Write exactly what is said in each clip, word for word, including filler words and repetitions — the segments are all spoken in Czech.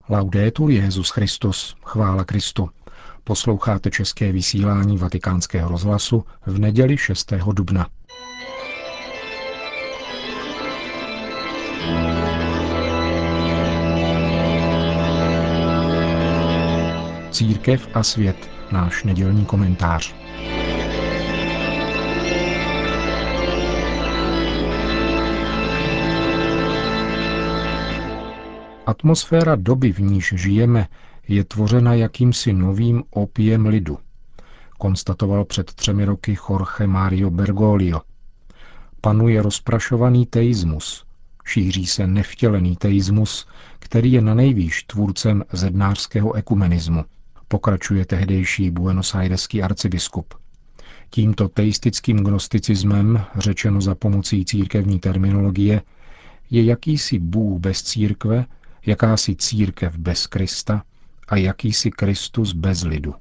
Laudetur Jesus Christus, chvála Kristu. Posloucháte české vysílání Vatikánského rozhlasu v neděli šestého dubna. Církev a svět, náš nedělní komentář. Atmosféra doby, v níž žijeme, je tvořena jakýmsi novým opiem lidu, konstatoval před třemi roky Jorge Mario Bergoglio. Panuje rozprašovaný teismus, šíří se nevtělený teismus, který je nanejvýš tvůrcem zednářského ekumenismu, pokračuje tehdejší buenosajreský arcibiskup. Tímto teistickým gnosticismem, řečeno za pomocí církevní terminologie, je jakýsi Bůh bez církve, jakási církev bez Krista a jakýsi Kristus bez lidu.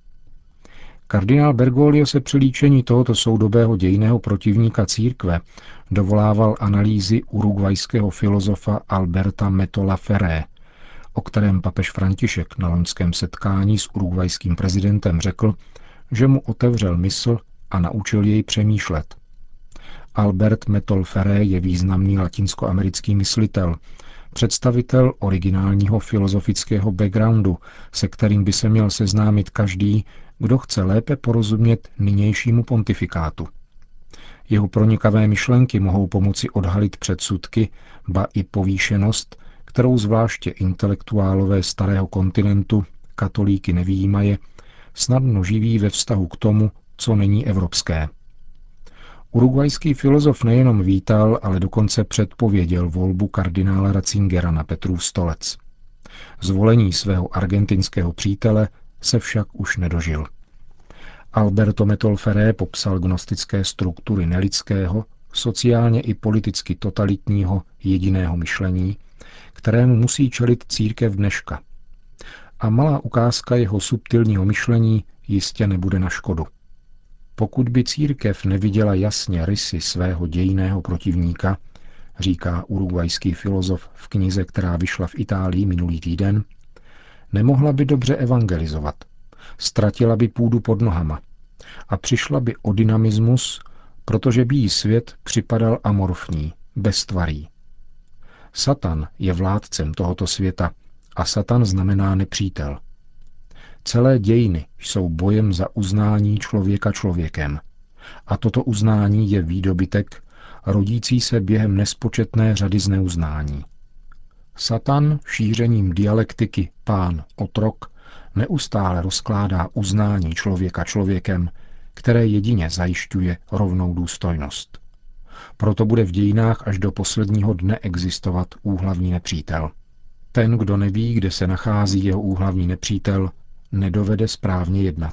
Kardinál Bergoglio se při líčení tohoto soudobého dějinného protivníka církve dovolával analýzy urugvajského filozofa Alberta Metola Ferré, o kterém papež František na loňském setkání s urugvajským prezidentem řekl, že mu otevřel mysl a naučil jej přemýšlet. Albert Metol Ferré je významný latinskoamerický myslitel, představitel originálního filozofického backgroundu, se kterým by se měl seznámit každý, kdo chce lépe porozumět nynějšímu pontifikátu. Jeho pronikavé myšlenky mohou pomoci odhalit předsudky, ba i povýšenost, kterou zvláště intelektuálové starého kontinentu, katolíky nevyjímaje, snadno živí ve vztahu k tomu, co není evropské. Urugvajský filozof nejenom vítal, ale dokonce předpověděl volbu kardinála Ratzingera na Petrův stolec. Zvolení svého argentinského přítele se však už nedožil. Alberto Metol Ferré popsal gnostické struktury nelidského, sociálně i politicky totalitního jediného myšlení, kterému musí čelit církev dneška. A malá ukázka jeho subtilního myšlení jistě nebude na škodu. Pokud by církev neviděla jasně rysy svého dějinného protivníka, říká urugvajský filozof v knize, která vyšla v Itálii minulý týden, nemohla by dobře evangelizovat, ztratila by půdu pod nohama a přišla by o dynamismus, protože by jí svět připadal amorfní, beztvarý. Satan je vládcem tohoto světa a Satan znamená nepřítel. Celé dějiny jsou bojem za uznání člověka člověkem. A toto uznání je výdobytek, rodící se během nespočetné řady zneuznání. Satan šířením dialektiky pán-otrok neustále rozkládá uznání člověka člověkem, které jedině zajišťuje rovnou důstojnost. Proto bude v dějinách až do posledního dne existovat úhlavní nepřítel. Ten, kdo neví, kde se nachází jeho úhlavní nepřítel, nedovede správně jednat.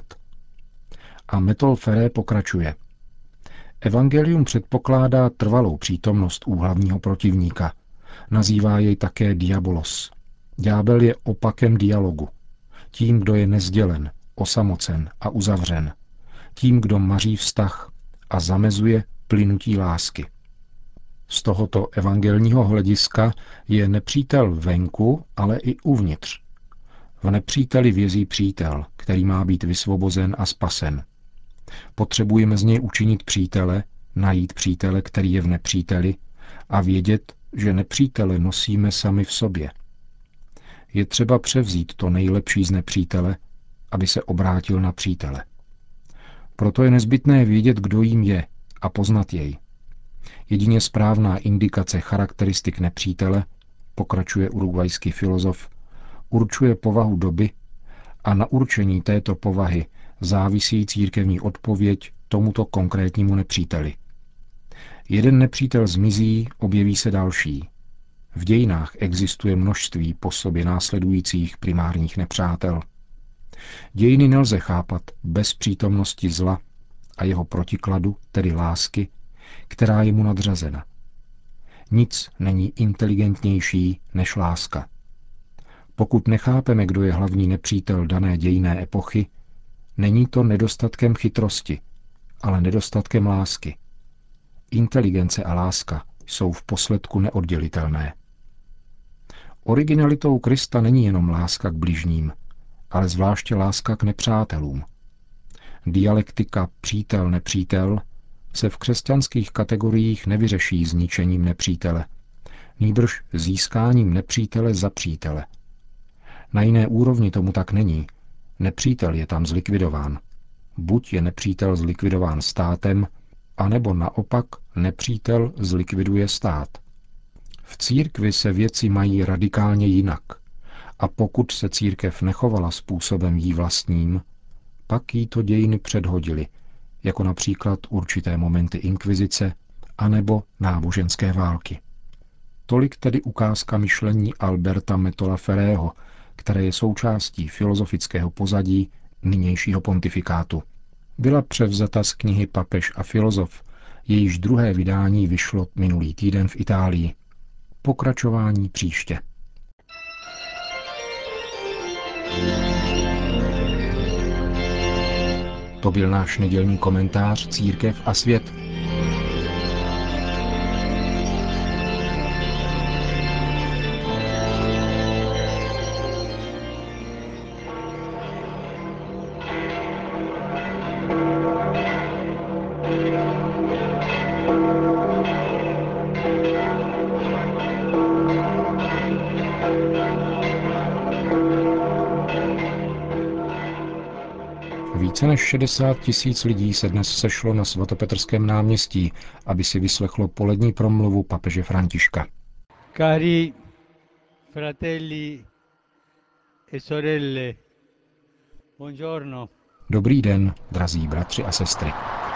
A Metol Ferré pokračuje. Evangelium předpokládá trvalou přítomnost úhlavního protivníka. Nazývá jej také diabolos. Ďábel je opakem dialogu. Tím, kdo je nezdělen, osamocen a uzavřen. Tím, kdo maří vztah a zamezuje plynutí lásky. Z tohoto evangelního hlediska je nepřítel venku, ale i uvnitř. V nepříteli vězí přítel, který má být vysvobozen a spasen. Potřebujeme z něj učinit přítele, najít přítele, který je v nepříteli, a vědět, že nepřítele nosíme sami v sobě. Je třeba převzít to nejlepší z nepřítele, aby se obrátil na přítele. Proto je nezbytné vědět, kdo jím je, a poznat jej. Jedině správná indikace charakteristik nepřítele, pokračuje urugvajský filozof, určuje povahu doby a na určení této povahy závisí církevní odpověď tomuto konkrétnímu nepříteli. Jeden nepřítel zmizí, objeví se další. V dějinách existuje množství po sobě následujících primárních nepřátel. Dějiny nelze chápat bez přítomnosti zla a jeho protikladu, tedy lásky, která je mu nadřazena. Nic není inteligentnější než láska. Pokud nechápeme, kdo je hlavní nepřítel dané dějinné epochy, není to nedostatkem chytrosti, ale nedostatkem lásky. Inteligence a láska jsou v posledku neoddělitelné. Originalitou Krista není jenom láska k bližním, ale zvláště láska k nepřátelům. Dialektika přítel-nepřítel se v křesťanských kategoriích nevyřeší zničením nepřítele, nýbrž získáním nepřítele za přítele. Na jiné úrovni tomu tak není. Nepřítel je tam zlikvidován. Buď je nepřítel zlikvidován státem, anebo naopak nepřítel zlikviduje stát. V církvi se věci mají radikálně jinak. A pokud se církev nechovala způsobem jí vlastním, pak jí to dějiny předhodily, jako například určité momenty inkvizice anebo náboženské války. Tolik tedy ukázka myšlení Alberta Metola Ferrého, které je součástí filozofického pozadí nynějšího pontifikátu. Byla převzata z knihy Papež a filozof, jejíž druhé vydání vyšlo minulý týden v Itálii. Pokračování příště. To byl náš nedělní komentář Církev a svět. Více než šedesát tisíc lidí se dnes sešlo na svatopetrském náměstí, aby si vyslechlo polední promluvu papeže Františka. Cari fratelli e sorelle, buongiorno. Dobrý den, drazí bratři a sestry.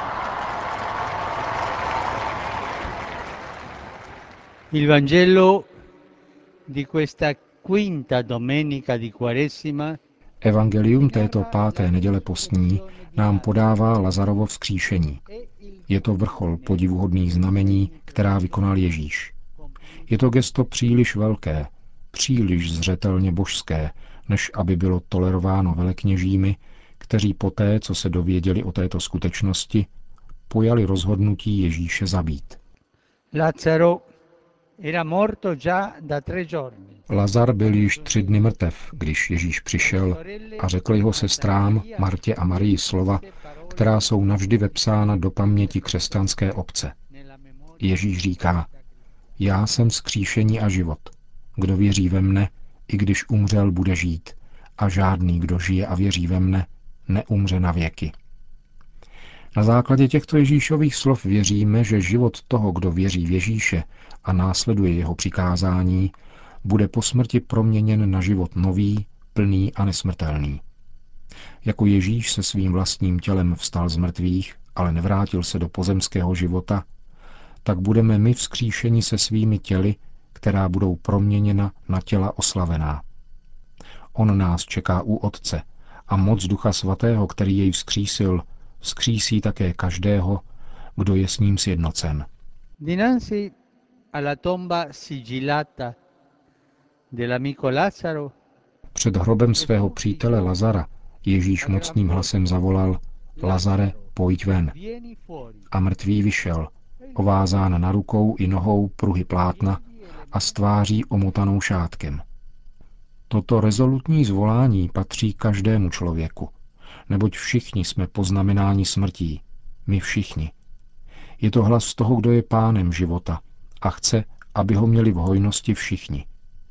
Il Vangelo di questa quinta domenica di Quaresima Evangelium této páté neděle postní nám podává Lazarovo vzkříšení. Je to vrchol podivuhodných znamení, která vykonal Ježíš. Je to gesto příliš velké, příliš zřetelně božské, než aby bylo tolerováno velekněžími, kteří poté, co se dověděli o této skutečnosti, pojali rozhodnutí Ježíše zabít. Lazzaro era morto già da tre giorni. Lazar byl již tři dny mrtev, když Ježíš přišel a řekl jeho sestrám Martě a Marii slova, která jsou navždy vepsána do paměti křesťanské obce. Ježíš říká: Já jsem vzkříšení a život. Kdo věří ve mne, i když umřel, bude žít. A žádný, kdo žije a věří ve mne, neumře na věky. Na základě těchto Ježíšových slov věříme, že život toho, kdo věří v Ježíše a následuje jeho přikázání, bude po smrti proměněn na život nový, plný a nesmrtelný. Jako Ježíš se svým vlastním tělem vstal z mrtvých, ale nevrátil se do pozemského života, tak budeme my vzkříšeni se svými těly, která budou proměněna na těla oslavená. On nás čeká u Otce a moc Ducha Svatého, který jej vzkřísil, vzkřísí také každého, kdo je s ním sjednocen. Dinanzi alla tomba sigillata dell'amico Lazzaro, Před hrobem svého přítele Lazara Ježíš mocným hlasem zavolal: Lazare, pojď ven. A mrtvý vyšel, ovázán na rukou i nohou pruhy plátna a s tváří omotanou šátkem. Toto rezolutní zvolání patří každému člověku, neboť všichni jsme poznamenáni smrtí. My všichni. Je to hlas toho, kdo je pánem života a chce, aby ho měli v hojnosti všichni.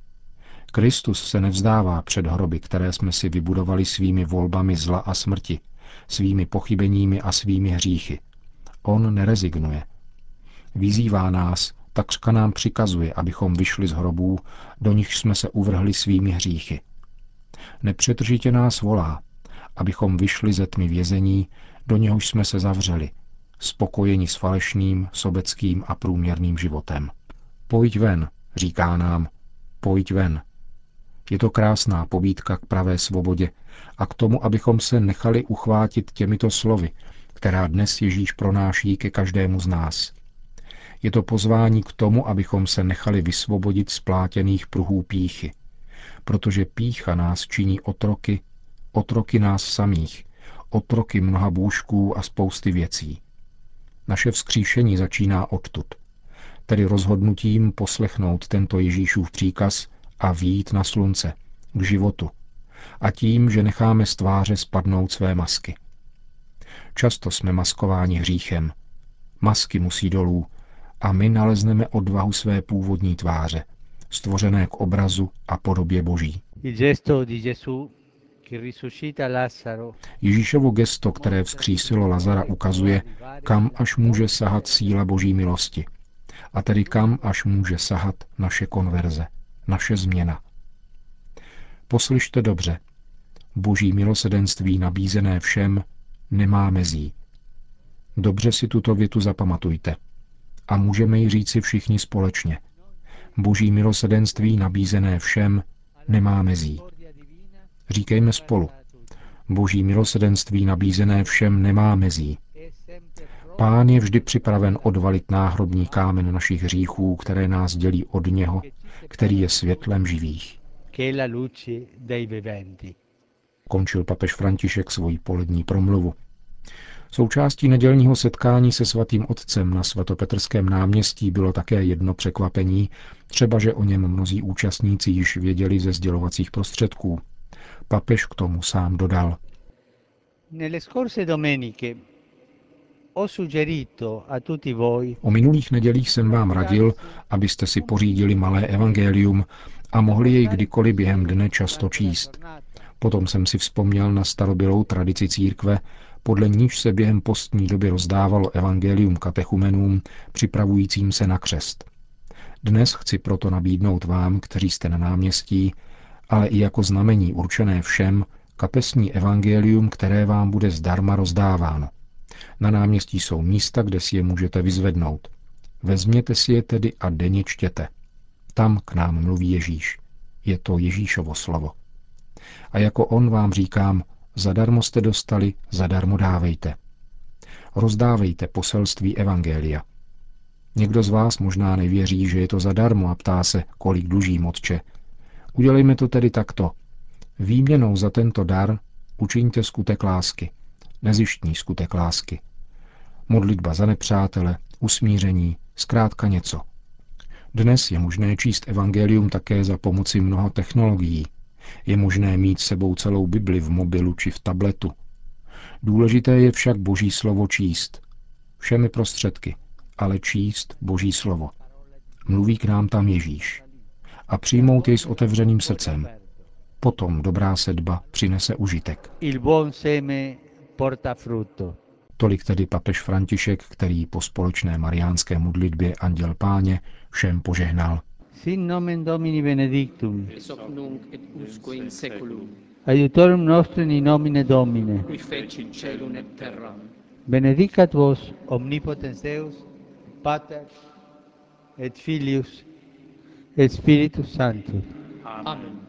Kristus se nevzdává před hroby, které jsme si vybudovali svými volbami zla a smrti, svými pochybeními a svými hříchy. On nerezignuje. Vyzývá nás, takřka nám přikazuje, abychom vyšli z hrobů, do nich jsme se uvrhli svými hříchy. Nepřetržitě nás volá, abychom vyšli ze tmy vězení, do něhož jsme se zavřeli, spokojeni s falešným, sobeckým a průměrným životem. Pojď ven, říká nám, pojď ven. Je to krásná pobídka k pravé svobodě a k tomu, abychom se nechali uchvátit těmito slovy, která dnes Ježíš pronáší ke každému z nás. Je to pozvání k tomu, abychom se nechali vysvobodit z plátěných pruhů pýchy, protože pýcha nás činí otroky, otroky nás samých, otroky mnoha bůžků a spousty věcí. Naše vzkříšení začíná odtud, tedy rozhodnutím poslechnout tento Ježíšův příkaz a vyjít na slunce, k životu, a tím, že necháme z tváře spadnout své masky. Často jsme maskováni hříchem. Masky musí dolů a my nalezneme odvahu své původní tváře, stvořené k obrazu a podobě Boží. Ježíšovo gesto, které vzkřísilo Lazara, ukazuje, kam až může sahat síla Boží milosti. A tedy kam až může sahat naše konverze, naše změna. Poslyšte dobře. Boží milosedenství nabízené všem nemá mezí. Dobře si tuto větu zapamatujte. A můžeme ji říci všichni společně. Boží milosedenství nabízené všem nemá mezí. Říkejme spolu. Boží milosedenství nabízené všem nemá mezí. Pán je vždy připraven odvalit náhrobní kámen našich hříchů, které nás dělí od něho, který je světlem živých. Končil papež František svoji polední promluvu. Součástí nedělního setkání se svatým otcem na svatopetrském náměstí bylo také jedno překvapení, třeba že o něm mnozí účastníci již věděli ze sdělovacích prostředků. Papež k tomu sám dodal. O minulých nedělích jsem vám radil, abyste si pořídili malé evangelium a mohli jej kdykoliv během dne často číst. Potom jsem si vzpomněl na starobylou tradici církve, podle níž se během postní doby rozdávalo evangelium katechumenům, připravujícím se na křest. Dnes chci proto nabídnout vám, kteří jste na náměstí, ale i jako znamení určené všem, kapesní evangelium, které vám bude zdarma rozdáváno. Na náměstí jsou místa, kde si je můžete vyzvednout. Vezměte si je tedy a denně čtěte. Tam k nám mluví Ježíš. Je to Ježíšovo slovo. A jako on vám říkám, zadarmo jste dostali, zadarmo dávejte. Rozdávejte poselství evangelia. Někdo z vás možná nevěří, že je to zadarmo a ptá se, kolik dlužím, otče. Udělejme to tedy takto. Výměnou za tento dar učiňte skutek lásky. Nezištní skutek lásky. Modlitba za nepřátele, usmíření, zkrátka něco. Dnes je možné číst evangelium také za pomoci mnoha technologií. Je možné mít s sebou celou Bibli v mobilu či v tabletu. Důležité je však Boží slovo číst. Všemi prostředky, ale číst Boží slovo. Mluví k nám tam Ježíš. A přijmout jej s otevřeným srdcem. Potom dobrá sedba přinese užitek. Tolik tedy papež František, který po společné mariánské modlitbě Anděl Páně všem požehnal. Sin nomen Domini benedictum. Ex hoc nunc et usque in seculum. Aiutorium nostrum in nomine Domine. Qui feci caelum et terram. Benedicat vos omnipotens Deus, Pater et Filius et Spiritus Sanctus. Amen.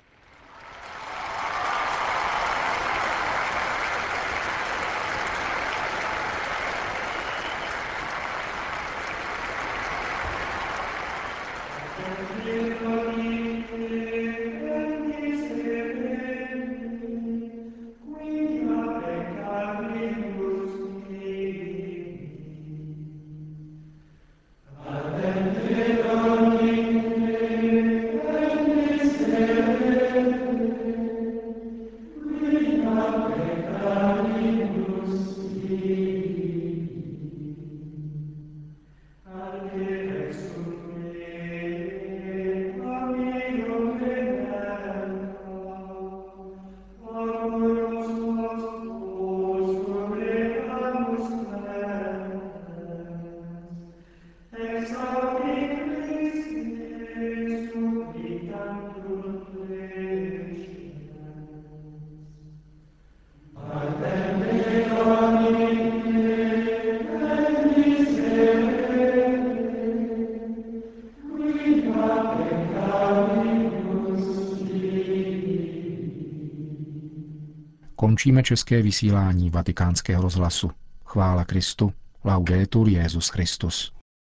Končíme české vysílání Vatikánského rozhlasu. Chvála Kristu, laudetur Jesus Christus.